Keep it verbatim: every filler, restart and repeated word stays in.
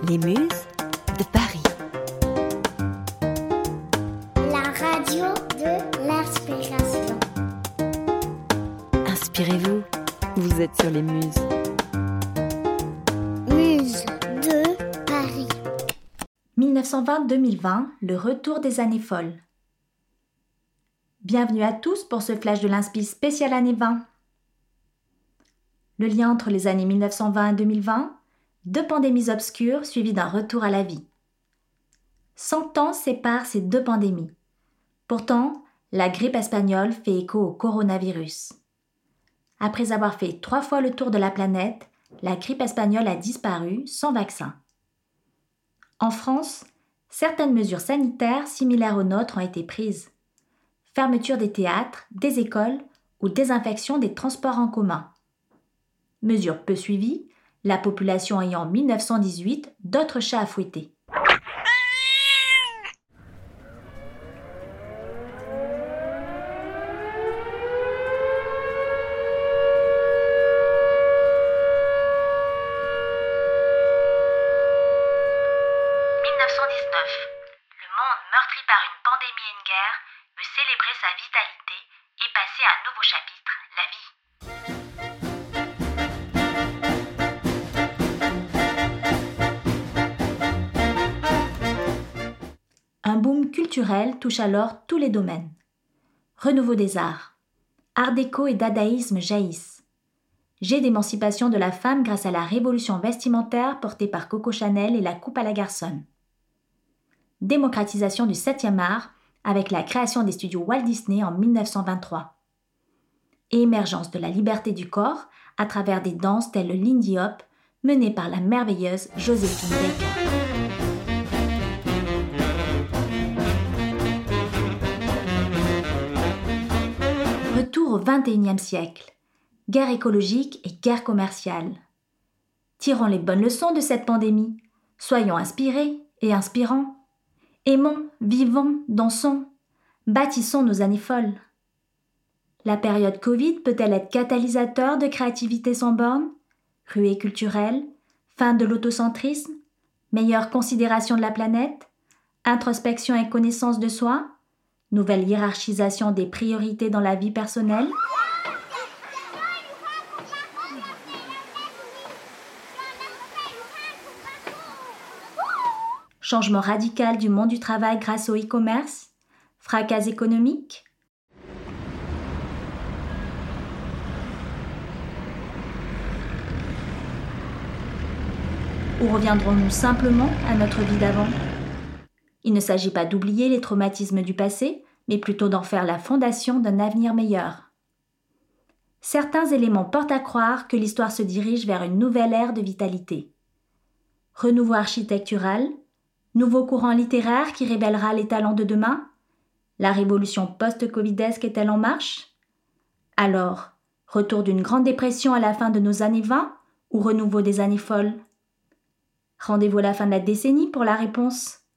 Les Muses de Paris. La radio de l'inspiration. Inspirez-vous, vous êtes sur Les Muses. Muses de Paris. dix-neuf cent vingt à deux mille vingt, le retour des années folles. Bienvenue à tous pour ce flash de l'inspi spécial année vingt. Le lien entre les années dix-neuf cent vingt et deux mille vingt, deux pandémies obscures suivies d'un retour à la vie. Cent ans séparent ces deux pandémies. Pourtant, la grippe espagnole fait écho au coronavirus. Après avoir fait trois fois le tour de la planète, la grippe espagnole a disparu sans vaccin. En France, certaines mesures sanitaires similaires aux nôtres ont été prises. Fermeture des théâtres, des écoles ou désinfection des transports en commun. Mesure peu suivie, la population ayant en dix-neuf cent dix-huit d'autres chats à fouetter. dix-neuf cent dix-neuf. Le monde meurtri par une pandémie et une guerre veut célébrer sa vitalité et passer à un nouveau chapitre, la vie. Un boom culturel touche alors tous les domaines. Renouveau des arts. Art déco et dadaïsme jaillissent. Jet d'émancipation de la femme grâce à la révolution vestimentaire portée par Coco Chanel et la coupe à la garçonne. Démocratisation du septième art avec la création des studios Walt Disney en dix-neuf cent vingt-trois. Et émergence de la liberté du corps à travers des danses telles le Lindy Hop menées par la merveilleuse Joséphine Baker. Retour au vingt et unième siècle. Guerre écologique et guerre commerciale. Tirons les bonnes leçons de cette pandémie. Soyons inspirés et inspirants. Aimons, vivons, dansons. Bâtissons nos années folles. La période Covid peut-elle être catalyseur de créativité sans borne? Ruée culturelle? Fin de l'autocentrisme? Meilleure considération de la planète? Introspection et connaissance de soi? Nouvelle hiérarchisation des priorités dans la vie personnelle? Changement radical du monde du travail grâce au e-commerce? Fracas économique? Ou reviendrons-nous simplement à notre vie d'avant? Il ne s'agit pas d'oublier les traumatismes du passé, mais plutôt d'en faire la fondation d'un avenir meilleur. Certains éléments portent à croire que l'histoire se dirige vers une nouvelle ère de vitalité. Renouveau architectural, nouveau courant littéraire qui révélera les talents de demain? La révolution post-covidesque est-elle en marche? Alors, retour d'une grande dépression à la fin de nos années vingt ou renouveau des années folles? Rendez-vous à la fin de la décennie pour la réponse.